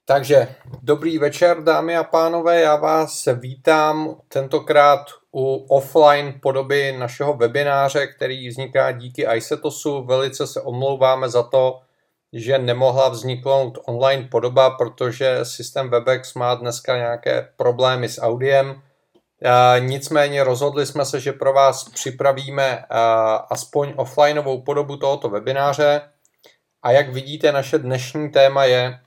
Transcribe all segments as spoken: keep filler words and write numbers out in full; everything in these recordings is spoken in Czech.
Takže dobrý večer, dámy a pánové, já vás vítám tentokrát u offline podoby našeho webináře, který vzniká díky iSetosu. Velice se omlouváme za to, že nemohla vzniknout online podoba, protože systém Webex má dneska nějaké problémy s audiem. Nicméně rozhodli jsme se, že pro vás připravíme aspoň offlineovou podobu tohoto webináře. A jak vidíte, naše dnešní téma je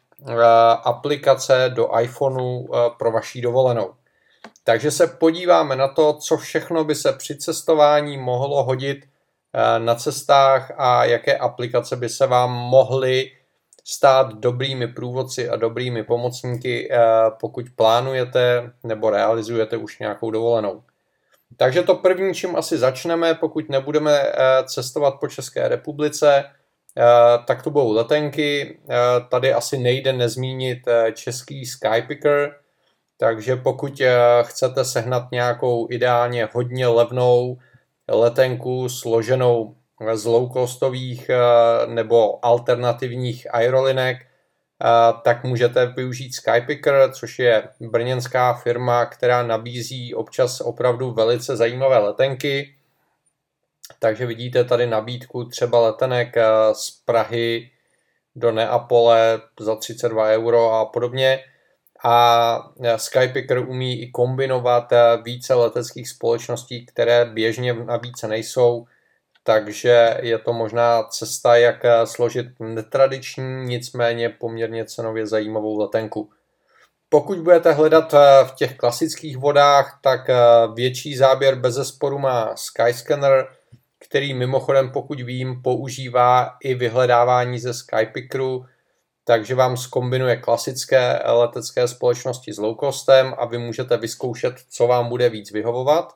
aplikace do iPhoneu pro vaši dovolenou. Takže se podíváme na to, co všechno by se při cestování mohlo hodit na cestách a jaké aplikace by se vám mohly stát dobrými průvodci a dobrými pomocníky, pokud plánujete nebo realizujete už nějakou dovolenou. Takže to první, čím asi začneme, pokud nebudeme cestovat po České republice, tak to budou letenky. Tady asi nejde nezmínit český Skypicker, takže pokud chcete sehnat nějakou ideálně hodně levnou letenku složenou z low-costových nebo alternativních aerolinek, tak můžete využít Skypicker, což je brněnská firma, která nabízí občas opravdu velice zajímavé letenky. Takže vidíte tady nabídku třeba letenek z Prahy do Neapole za třicet dva euro a podobně. A Skypicker umí i kombinovat více leteckých společností, které běžně v nabídce nejsou. Takže je to možná cesta, jak složit netradiční, nicméně poměrně cenově zajímavou letenku. Pokud budete hledat v těch klasických vodách, tak větší záběr bezesporu má Skyscanner, který mimochodem, pokud vím, používá i vyhledávání ze Skypickeru, takže vám zkombinuje klasické letecké společnosti s low costem a vy můžete vyzkoušet, co vám bude víc vyhovovat.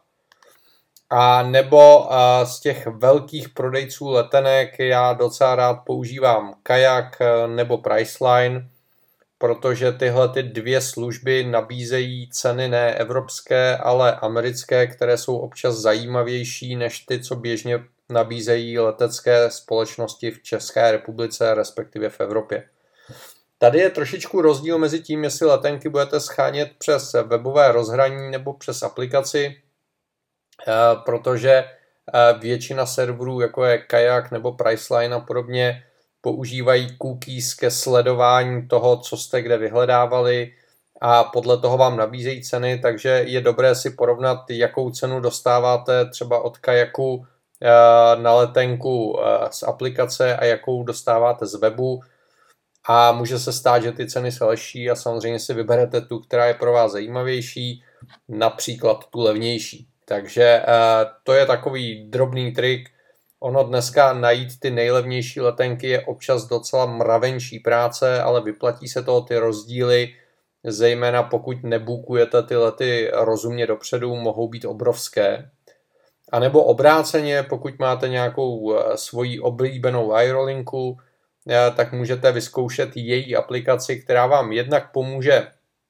A nebo z těch velkých prodejců letenek já docela rád používám Kayak nebo Priceline, protože tyhle ty dvě služby nabízejí ceny ne evropské, ale americké, které jsou občas zajímavější než ty, co běžně nabízejí letecké společnosti v České republice, respektive v Evropě. Tady je trošičku rozdíl mezi tím, jestli letenky budete schánět přes webové rozhraní nebo přes aplikaci, protože většina serverů, jako je Kayak nebo Priceline a podobně, používají cookies ke sledování toho, co jste kde vyhledávali a podle toho vám nabízejí ceny, takže je dobré si porovnat, jakou cenu dostáváte třeba od Kajaku na letenku z aplikace a jakou dostáváte z webu. A může se stát, že ty ceny se liší a samozřejmě si vyberete tu, která je pro vás zajímavější, například tu levnější. Takže to je takový drobný trik. Ono dneska najít ty nejlevnější letenky je občas docela mravenčí práce, ale vyplatí se toho ty rozdíly, zejména pokud nebukujete ty lety rozumně dopředu, mohou být obrovské. A nebo obráceně, pokud máte nějakou svoji oblíbenou aerolinku, tak můžete vyzkoušet její aplikaci, která vám jednak pomůže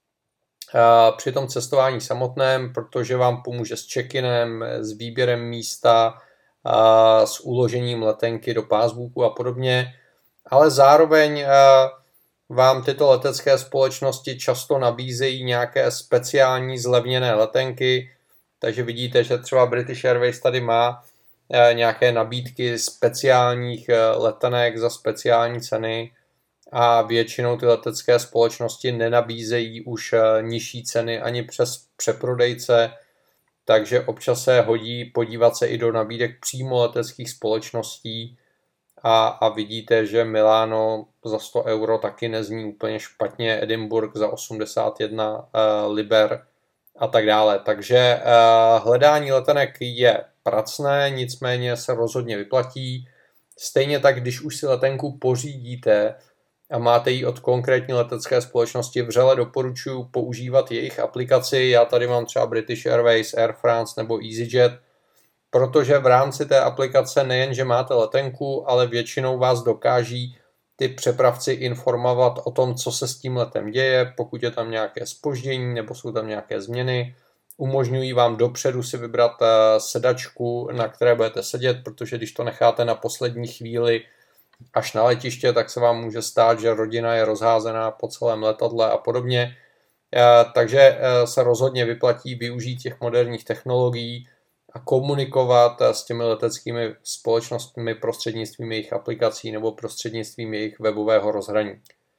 při tom cestování samotném, protože vám pomůže s check-inem, s výběrem místa, s uložením letenky do passbooku a podobně, ale zároveň vám tyto letecké společnosti často nabízejí nějaké speciální zlevněné letenky, takže vidíte, že třeba British Airways tady má nějaké nabídky speciálních letenek za speciální ceny a většinou ty letecké společnosti nenabízejí už nižší ceny ani přes přeprodejce, takže občas se hodí podívat se i do nabídek přímo leteckých společností a, a vidíte, že Milano za sto euro taky nezní úplně špatně, Edinburgh za osmdesát jedna uh, liber a tak dále. Takže uh, hledání letenek je pracné, nicméně se rozhodně vyplatí. Stejně tak, když už si letenku pořídíte a máte ji od konkrétní letecké společnosti, vřele doporučuji používat jejich aplikaci. Já tady mám třeba British Airways, Air France nebo EasyJet, protože v rámci té aplikace nejen, že máte letenku, ale většinou vás dokáží ty přepravci informovat o tom, co se s tím letem děje, pokud je tam nějaké zpoždění nebo jsou tam nějaké změny. Umožňují vám dopředu si vybrat sedačku, na které budete sedět, protože když to necháte na poslední chvíli, až na letiště, tak se vám může stát, že rodina je rozházená po celém letadle a podobně. Takže se rozhodně vyplatí využít těch moderních technologií a komunikovat s těmi leteckými společnostmi prostřednictvím jejich aplikací nebo prostřednictvím jejich webového rozhraní.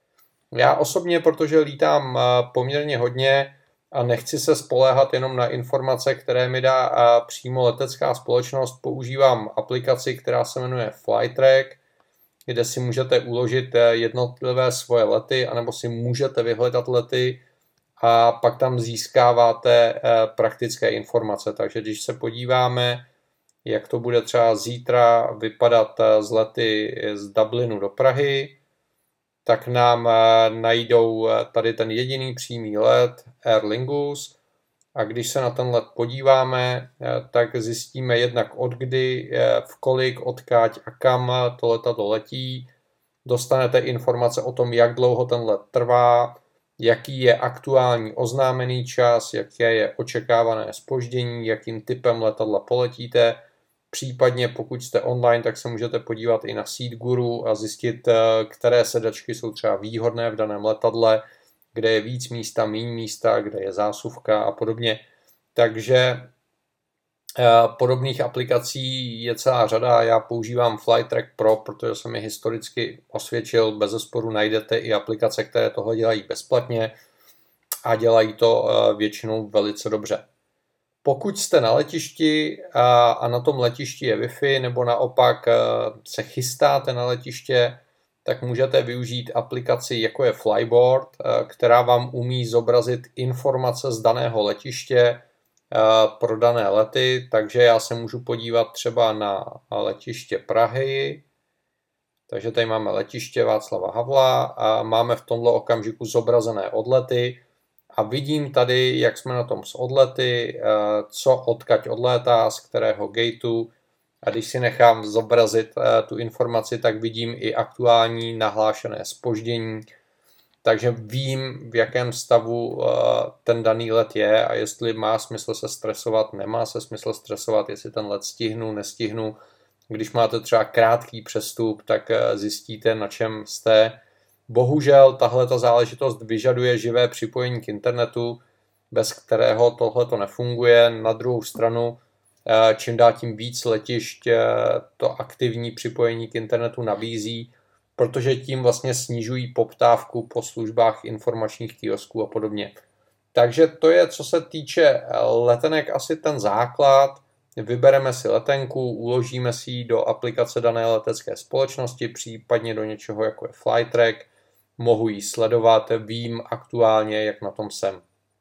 Já osobně, protože lítám poměrně hodně a nechci se spoléhat jenom na informace, které mi dá přímo letecká společnost, používám aplikaci, která se jmenuje Flytrack, kde si můžete uložit jednotlivé svoje lety, anebo si můžete vyhledat lety a pak tam získáváte praktické informace. Takže když se podíváme, jak to bude třeba zítra vypadat z lety z Dublinu do Prahy, tak nám najdou tady ten jediný přímý let Aer Lingus a když se na ten let podíváme, tak zjistíme jednak od kdy, v kolik, odkáď a kam to letadlo letí. Dostanete informace o tom, jak dlouho ten let trvá, jaký je aktuální oznámený čas, jaké je očekávané zpoždění, jakým typem letadla poletíte. Případně pokud jste online, tak se můžete podívat i na SeatGuru a zjistit, které sedačky jsou třeba výhodné v daném letadle, kde je víc místa, méně místa, kde je zásuvka a podobně. Takže podobných aplikací je celá řada. Já používám Flytrack Pro, protože se mi historicky osvědčil. Bezesporu najdete i aplikace, které tohle dělají bezplatně a dělají to většinou velice dobře. Pokud jste na letišti a na tom letišti je Wi-Fi, nebo naopak se chystáte na letiště, tak můžete využít aplikaci jako je Flyboard, která vám umí zobrazit informace z daného letiště pro dané lety. Takže já se můžu podívat třeba na letiště Prahy. Takže tady máme letiště Václava Havla a máme v tomto okamžiku zobrazené odlety. A vidím tady, jak jsme na tom s odlety, co odkaď odlétá, z kterého gateu. A když si nechám zobrazit tu informaci, tak vidím i aktuální nahlášené zpoždění. Takže vím, v jakém stavu ten daný let je a jestli má smysl se stresovat, nemá se smysl stresovat, jestli ten let stihnu, nestihnu. Když máte třeba krátký přestup, tak zjistíte, na čem jste. Bohužel tahle ta záležitost vyžaduje živé připojení k internetu, bez kterého tohle nefunguje. Na druhou stranu, čím dál tím víc letišť to aktivní připojení k internetu nabízí, protože tím vlastně snižují poptávku po službách informačních kiosků a podobně. Takže to je, co se týče letenek, asi ten základ. Vybereme si letenku, uložíme si ji do aplikace dané letecké společnosti, případně do něčeho jako je Flytrack. Mohu ji sledovat, vím aktuálně, jak na tom jsem.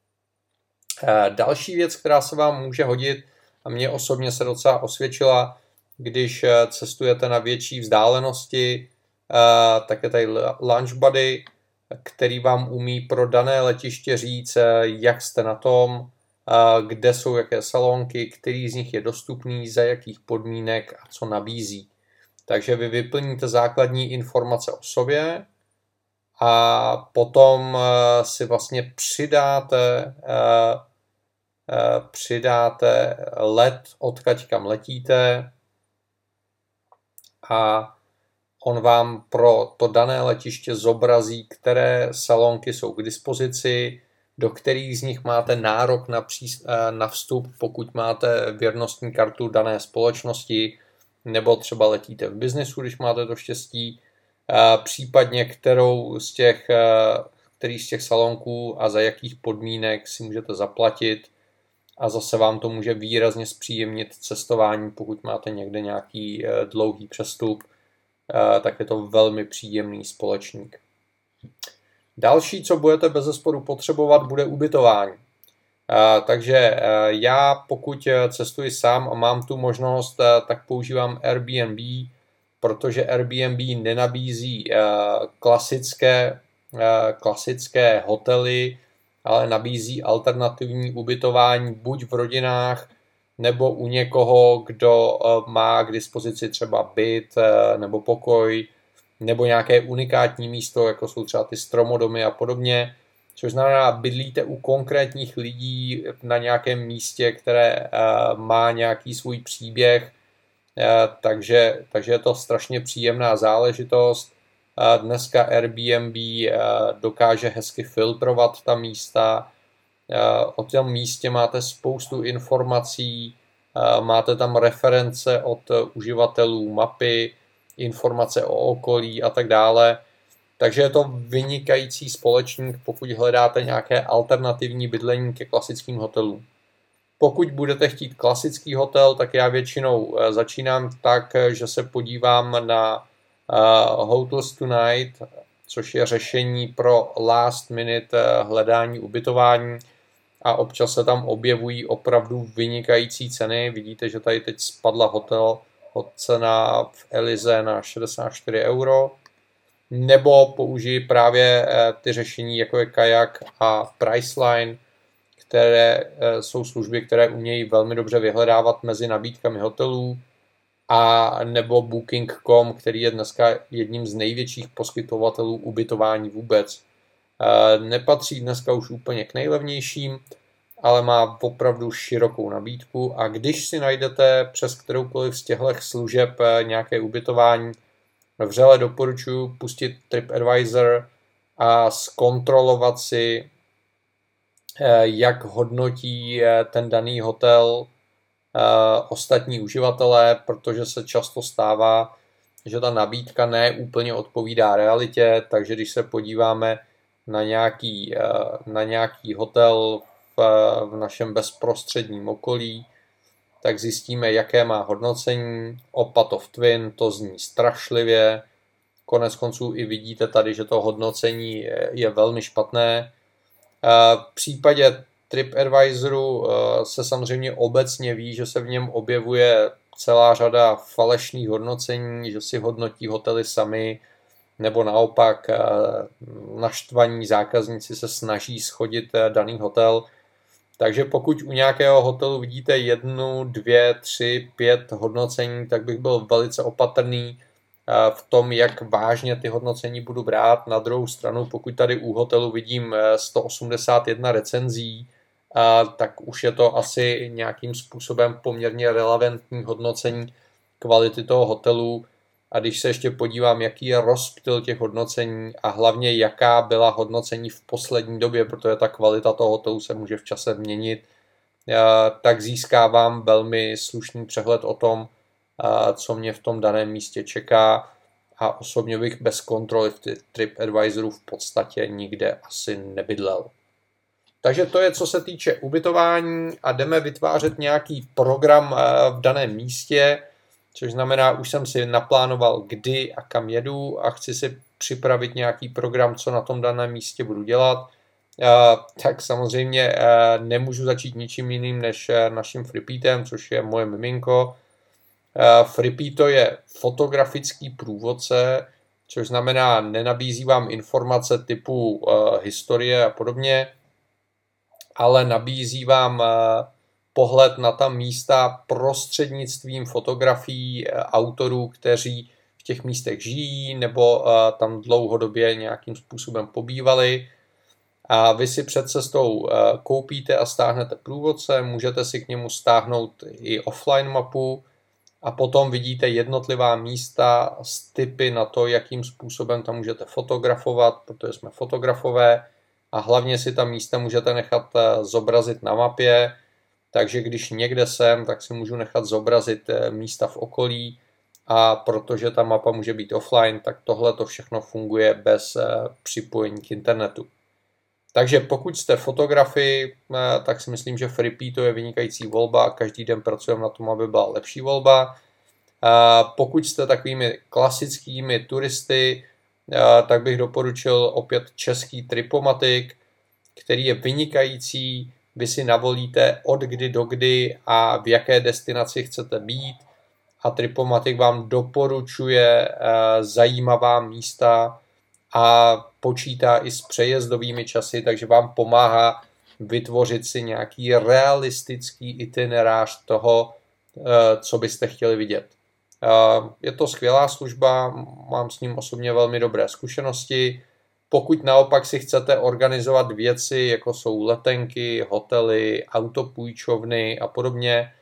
Další věc, která se vám může hodit, a mně osobně se docela osvědčila, když cestujete na větší vzdálenosti, tak je tady Launch Buddy, který vám umí pro dané letiště říct, jak jste na tom, kde jsou jaké salonky, který z nich je dostupný, za jakých podmínek a co nabízí. Takže vy vyplníte základní informace o sobě a potom si vlastně přidáte, přidáte let, odkud kam letíte a on vám pro to dané letiště zobrazí, které salonky jsou k dispozici, do kterých z nich máte nárok na, příst- na vstup, pokud máte věrnostní kartu dané společnosti, nebo třeba letíte v biznesu, když máte to štěstí, případně kterou z těch, který z těch salonků a za jakých podmínek si můžete zaplatit a zase vám to může výrazně zpříjemnit cestování, pokud máte někde nějaký dlouhý přestup, tak je to velmi příjemný společník. Další, co budete bezesporu potřebovat, bude ubytování. Takže já, pokud cestuji sám a mám tu možnost, tak používám Airbnb, protože Airbnb nenabízí klasické, klasické hotely, ale nabízí alternativní ubytování buď v rodinách, nebo u někoho, kdo má k dispozici třeba byt nebo pokoj, nebo nějaké unikátní místo, jako jsou třeba ty stromodomy a podobně, což znamená, bydlíte u konkrétních lidí na nějakém místě, které má nějaký svůj příběh takže, takže je to strašně příjemná záležitost. Dneska Airbnb dokáže hezky filtrovat ta místa. O tom místě máte spoustu informací, máte tam reference od uživatelů mapy, informace o okolí a tak dále. Takže je to vynikající společník, pokud hledáte nějaké alternativní bydlení ke klasickým hotelům. Pokud budete chtít klasický hotel, tak já většinou začínám tak, že se podívám na Hotels Tonight, což je řešení pro last minute hledání ubytování, a občas se tam objevují opravdu vynikající ceny. Vidíte, že tady teď spadla hotel, cena v Elize na šedesát čtyři euro. Nebo použiji právě ty řešení, jako je Kayak a Priceline, které jsou služby, které umějí velmi dobře vyhledávat mezi nabídkami hotelů, a nebo Booking tečka com, který je dneska jedním z největších poskytovatelů ubytování vůbec. Nepatří dneska už úplně k nejlevnějším, ale má opravdu širokou nabídku, a když si najdete přes kteroukoliv z těchto služeb nějaké ubytování, vřele doporučuji pustit TripAdvisor a zkontrolovat si, jak hodnotí ten daný hotel ostatní uživatelé, protože se často stává, že ta nabídka ne úplně odpovídá realitě, takže když se podíváme na nějaký, na nějaký hotel v, v našem bezprostředním okolí, tak zjistíme, jaké má hodnocení. Opat of Twin, to zní strašlivě. Konec konců i vidíte tady, že to hodnocení je, je velmi špatné. V případě TripAdvisoru se samozřejmě obecně ví, že se v něm objevuje celá řada falešných hodnocení, že si hodnotí hotely sami, nebo naopak naštvaní zákazníci se snaží shodit daný hotel. Takže pokud u nějakého hotelu vidíte jednu, dvě, tři, pět hodnocení, tak bych byl velice opatrný v tom, jak vážně ty hodnocení budu brát. Na druhou stranu, pokud tady u hotelu vidím sto osmdesát jedna recenzí, tak už je to asi nějakým způsobem poměrně relevantní hodnocení kvality toho hotelu. A když se ještě podívám, jaký je rozptyl těch hodnocení a hlavně jaká byla hodnocení v poslední době, protože ta kvalita toho hotelu se může v čase měnit, tak získávám velmi slušný přehled o tom, co mě v tom daném místě čeká, a osobně bych bez kontroly v TripAdvisoru v podstatě nikde asi nebydlel. Takže to je, co se týče ubytování, a jdeme vytvářet nějaký program v daném místě, což znamená, už jsem si naplánoval, kdy a kam jedu, a chci si připravit nějaký program, co na tom daném místě budu dělat. Tak samozřejmě nemůžu začít ničím jiným než naším Freepeatem, což je moje miminko. Freepeato je fotografický průvodce, což znamená, nenabízí vám informace typu historie a podobně, ale nabízí vám pohled na ta místa prostřednictvím fotografií autorů, kteří v těch místech žijí nebo tam dlouhodobě nějakým způsobem pobývali. A vy si před cestou koupíte a stáhnete průvodce, můžete si k němu stáhnout i offline mapu, a potom vidíte jednotlivá místa s tipy na to, jakým způsobem tam můžete fotografovat, protože jsme fotografové, a hlavně si ta místa můžete nechat zobrazit na mapě. Takže když někde jsem, tak si můžu nechat zobrazit místa v okolí, a protože ta mapa může být offline, tak tohle to všechno funguje bez připojení k internetu. Takže pokud jste fotografi, tak si myslím, že Freepeato je vynikající volba. Každý den pracujeme na tom, aby byla lepší volba. Pokud jste takovými klasickými turisty, tak bych doporučil opět český Tripomatic, který je vynikající. Vy si navolíte od kdy do kdy a v jaké destinaci chcete být, a Tripomatic vám doporučuje zajímavá místa a počítá i s přejezdovými časy, takže vám pomáhá vytvořit si nějaký realistický itinerář toho, co byste chtěli vidět. Je to skvělá služba, mám s ním osobně velmi dobré zkušenosti. Pokud naopak si chcete organizovat věci, jako jsou letenky, hotely, autopůjčovny a podobně,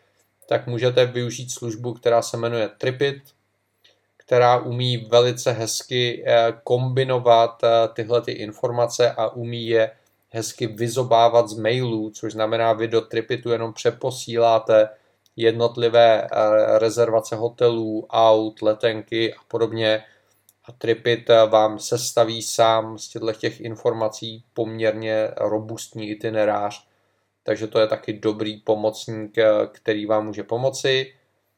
tak můžete využít službu, která se jmenuje Tripit, která umí velice hezky kombinovat tyhle ty informace a umí je hezky vyzobávat z mailů, což znamená, vy do Tripitu jenom přeposíláte jednotlivé rezervace hotelů, aut, letenky a podobně a Tripit vám sestaví sám z těch informací poměrně robustní itinerář, takže to je taky dobrý pomocník, který vám může pomoci.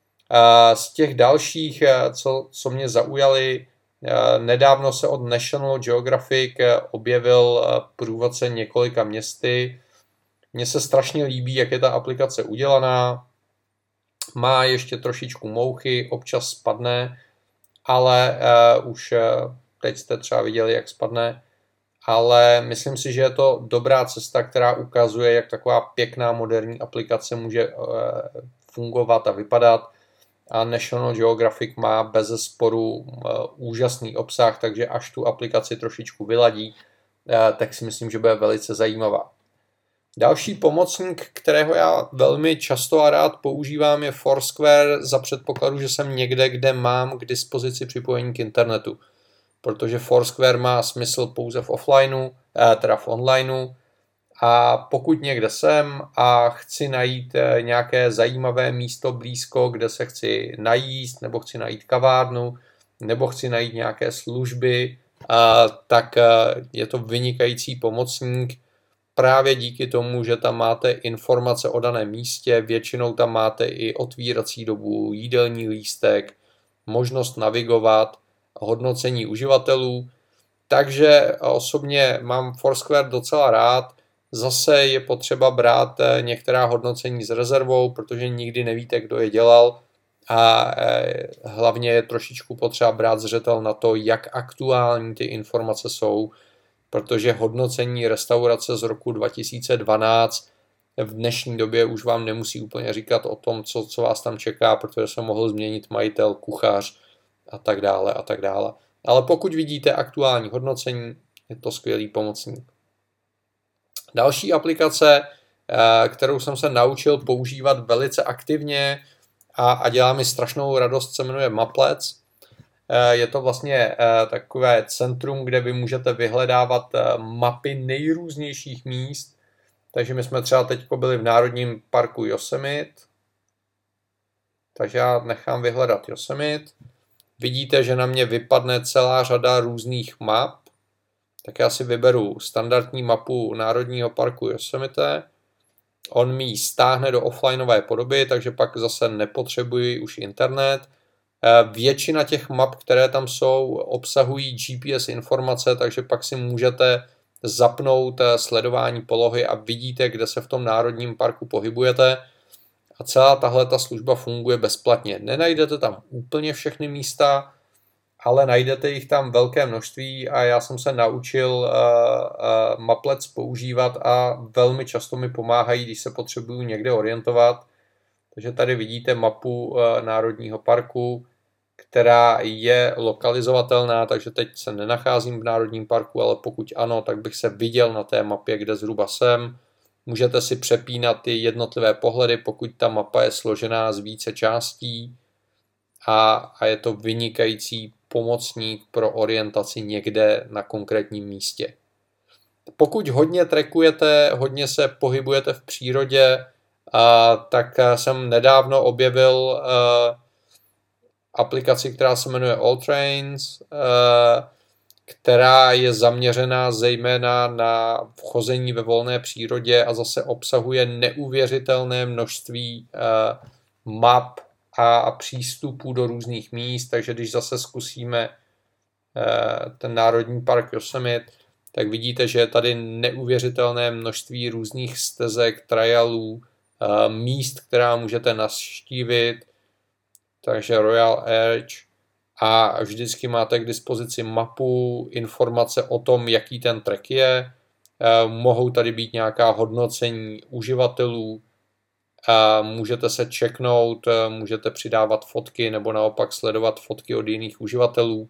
Z těch dalších, co, co mě zaujaly, nedávno se od National Geographic objevil průvodce několika městy. Mně se strašně líbí, jak je ta aplikace udělaná. Má ještě trošičku mouchy, občas spadne, ale uh, už uh, teď jste třeba viděli, jak spadne. Ale myslím si, že je to dobrá cesta, která ukazuje, jak taková pěkná moderní aplikace může uh, fungovat a vypadat. A National Geographic má bezesporu uh, úžasný obsah, takže až tu aplikaci trošičku vyladí, uh, tak si myslím, že bude velice zajímavá. Další pomocník, kterého já velmi často a rád používám, je Foursquare za předpokladu, že jsem někde, kde mám k dispozici připojení k internetu. Protože Foursquare má smysl pouze v offlineu, eh, teda v onlineu. A pokud někde jsem a chci najít nějaké zajímavé místo blízko, kde se chci najíst, nebo chci najít kavárnu, nebo chci najít nějaké služby, tak je to vynikající pomocník. Právě díky tomu, že tam máte informace o daném místě, většinou tam máte i otvírací dobu, jídelní lístek, možnost navigovat, hodnocení uživatelů. Takže osobně mám Foursquare docela rád. Zase je potřeba brát některá hodnocení s rezervou, protože nikdy nevíte, kdo je dělal a hlavně je trošičku potřeba brát zřetel na to, jak aktuální ty informace jsou, protože hodnocení restaurace z roku dva tisíce dvanáct v dnešní době už vám nemusí úplně říkat o tom, co, co vás tam čeká, protože se mohl změnit majitel, kuchař a tak dále a tak dále. Ale pokud vidíte aktuální hodnocení, je to skvělý pomocník. Další aplikace, kterou jsem se naučil používat velice aktivně a, a dělá mi strašnou radost, se jmenuje Maplets. Je to vlastně takové centrum, kde vy můžete vyhledávat mapy nejrůznějších míst. Takže my jsme třeba teď byli v Národním parku Yosemite. Takže já nechám vyhledat Yosemite. Vidíte, že na mě vypadne celá řada různých map. Tak já si vyberu standardní mapu Národního parku Yosemite. On mi ji stáhne do offlineové podoby, takže pak zase nepotřebuji už internet. Většina těch map, které tam jsou, obsahují G P S informace, takže pak si můžete zapnout sledování polohy a vidíte, kde se v tom národním parku pohybujete. A celá tahle ta služba funguje bezplatně. Nenajdete tam úplně všechny místa, ale najdete jich tam velké množství a já jsem se naučil uh, uh, Maplets používat a velmi často mi pomáhají, když se potřebuju někde orientovat. Takže tady vidíte mapu uh, Národního parku, která je lokalizovatelná, takže teď se nenacházím v Národním parku, ale pokud ano, tak bych se viděl na té mapě, kde zhruba jsem. Můžete si přepínat ty jednotlivé pohledy, pokud ta mapa je složená z více částí a, a je to vynikající pomocník pro orientaci někde na konkrétním místě. Pokud hodně trackujete, hodně se pohybujete v přírodě, a, tak jsem nedávno objevil a, aplikaci, která se jmenuje AllTrains, která je zaměřená zejména na chození ve volné přírodě a zase obsahuje neuvěřitelné množství map a přístupů do různých míst, takže když zase zkusíme ten Národní park Yosemite, tak vidíte, že je tady neuvěřitelné množství různých stezek, trailů, míst, která můžete navštívit, takže Royal Arch, a vždycky máte k dispozici mapu, informace o tom, jaký ten trek je. Mohou tady být nějaká hodnocení uživatelů, můžete se checknout, můžete přidávat fotky nebo naopak sledovat fotky od jiných uživatelů.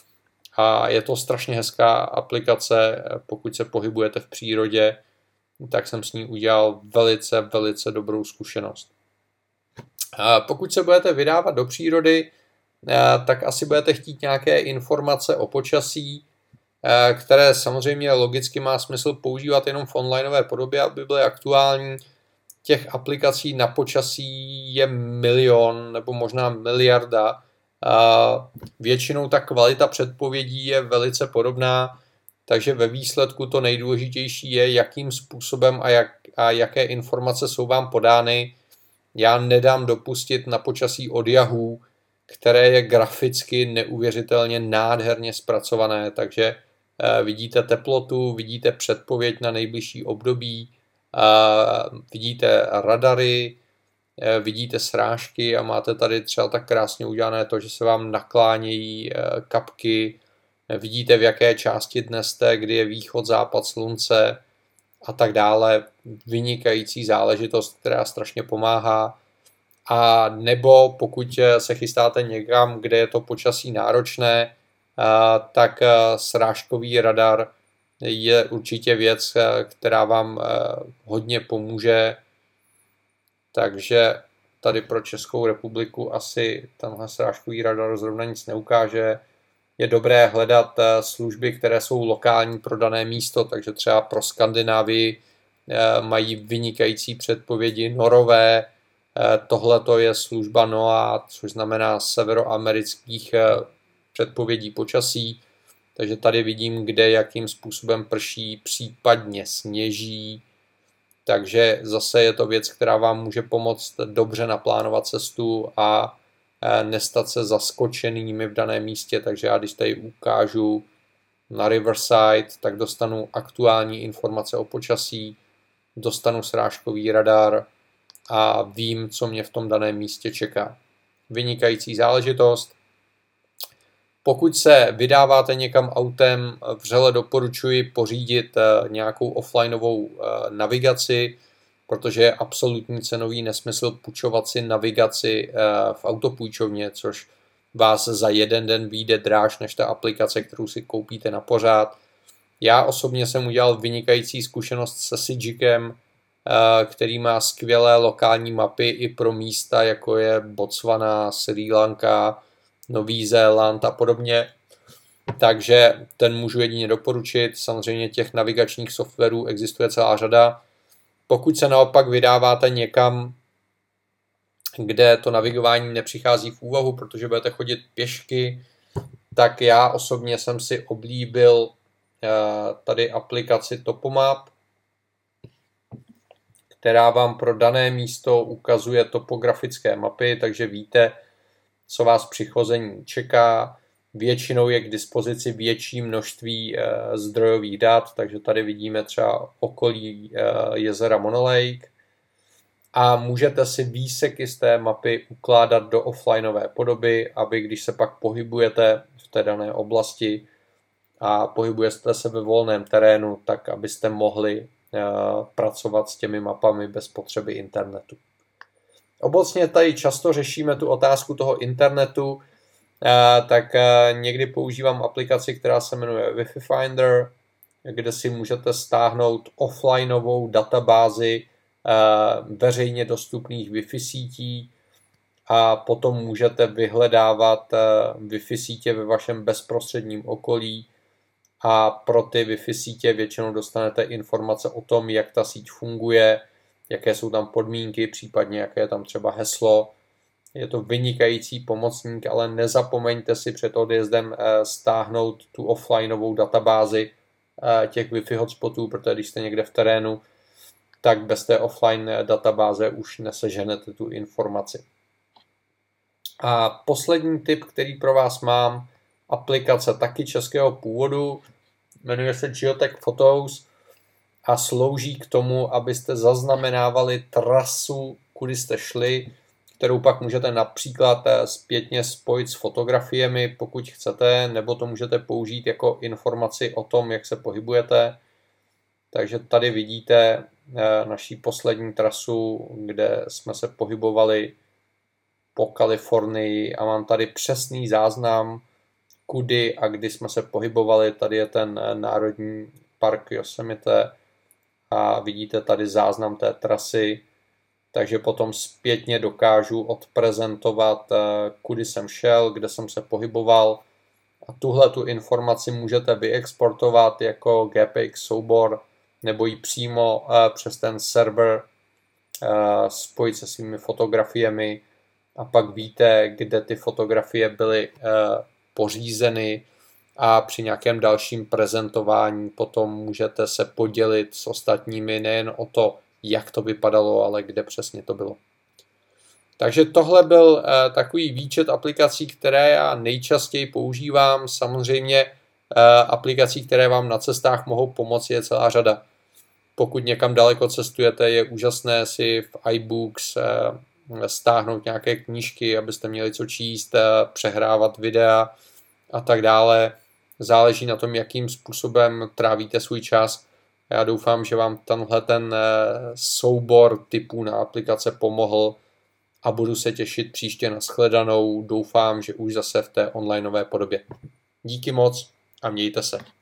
A je to strašně hezká aplikace, pokud se pohybujete v přírodě, tak jsem s ní udělal velice, velice dobrou zkušenost. Pokud se budete vydávat do přírody, tak asi budete chtít nějaké informace o počasí, které samozřejmě logicky má smysl používat jenom v onlineové podobě, aby byly aktuální. Těch aplikací na počasí je milion nebo možná miliarda. Většinou ta kvalita předpovědí je velice podobná, takže ve výsledku to nejdůležitější je, jakým způsobem a, jak, a jaké informace jsou vám podány. Já nedám dopustit na počasí od Yahoo, které je graficky neuvěřitelně nádherně zpracované, takže eh, vidíte teplotu, vidíte předpověď na nejbližší období, eh, vidíte radary, eh, vidíte srážky a máte tady třeba tak krásně udělané to, že se vám naklánějí eh, kapky, vidíte v jaké části dne jste, kdy je východ, západ slunce a tak dále. Vynikající záležitost, která strašně pomáhá. A nebo pokud se chystáte někam, kde je to počasí náročné, tak srážkový radar je určitě věc, která vám hodně pomůže. Takže tady pro Českou republiku asi tenhle srážkový radar zrovna nic neukáže. Je dobré hledat služby, které jsou lokální pro dané místo, takže třeba pro Skandinávii mají vynikající předpovědi norové. Tohle to je služba NOAA, což znamená severoamerických předpovědí počasí. Takže tady vidím, kde jakým způsobem prší, případně sněží. Takže zase je to věc, která vám může pomoct dobře naplánovat cestu a nestat se zaskočenými v daném místě. Takže já když tady ukážu na Riverside, tak dostanu aktuální informace o počasí, dostanu srážkový radar a vím, co mě v tom daném místě čeká. Vynikající záležitost. Pokud se vydáváte někam autem, vřele doporučuji pořídit nějakou offlineovou navigaci, protože je absolutní cenový nesmysl půjčovat si navigaci v autopůjčovně, což vás za jeden den vyjde dráž než ta aplikace, kterou si koupíte na pořád. Já osobně jsem udělal vynikající zkušenost se Sygikem, který má skvělé lokální mapy i pro místa, jako je Botswana, Srí Lanka, Nový Zéland a podobně. Takže ten můžu jedině doporučit. Samozřejmě těch navigačních softwarů existuje celá řada. Pokud se naopak vydáváte někam, kde to navigování nepřichází v úvahu, protože budete chodit pěšky, tak já osobně jsem si oblíbil tady aplikaci Topomap, která vám pro dané místo ukazuje topografické mapy, takže víte, co vás při chození čeká. Většinou je k dispozici větší množství e, zdrojových dat, takže tady vidíme třeba okolí e, jezera Mono Lake a můžete si výseky z té mapy ukládat do offlineové podoby, aby když se pak pohybujete v té dané oblasti a pohybujete se ve volném terénu, tak abyste mohli e, pracovat s těmi mapami bez potřeby internetu. Obecně tady často řešíme tu otázku toho internetu, tak někdy používám aplikaci, která se jmenuje Wi-Fi Finder, kde si můžete stáhnout offlineovou databázi veřejně dostupných Wi-Fi sítí a potom můžete vyhledávat Wi-Fi sítě ve vašem bezprostředním okolí a pro ty Wi-Fi sítě většinou dostanete informace o tom, jak ta síť funguje, jaké jsou tam podmínky, případně jaké je tam třeba heslo. Je to vynikající pomocník, ale nezapomeňte si před odjezdem stáhnout tu offlineovou databázi těch Wi-Fi hotspotů, protože když jste někde v terénu, tak bez té offline databáze už neseženete tu informaci. A poslední tip, který pro vás mám, aplikace taky českého původu, jmenuje se Geotech Photos a slouží k tomu, abyste zaznamenávali trasu, kudy jste šli, kterou pak můžete například zpětně spojit s fotografiemi, pokud chcete, nebo to můžete použít jako informaci o tom, jak se pohybujete. Takže tady vidíte naší poslední trasu, kde jsme se pohybovali po Kalifornii a mám tady přesný záznam, kudy a kdy jsme se pohybovali. Tady je ten národní park Yosemite a vidíte tady záznam té trasy. takže potom zpětně dokážu odprezentovat, kudy jsem šel, kde jsem se pohyboval. A tuhle tu informaci můžete vyexportovat jako G P X soubor nebo ji přímo přes ten server spojit se svými fotografiemi a pak víte, kde ty fotografie byly pořízeny a při nějakém dalším prezentování potom můžete se podělit s ostatními nejen o to, jak to vypadalo, ale kde přesně to bylo. Takže tohle byl eh, takový výčet aplikací, které já nejčastěji používám. Samozřejmě eh, aplikací, které vám na cestách mohou pomoci, je celá řada. Pokud někam daleko cestujete, je úžasné si v iBooks eh, stáhnout nějaké knížky, abyste měli co číst, eh, přehrávat videa a tak dále. Záleží na tom, jakým způsobem trávíte svůj čas. Já doufám, že vám tenhle ten eh, soubor typů na aplikace pomohl a budu se těšit příště na shledanou. Doufám, že už zase v té onlineové podobě. Díky moc a mějte se.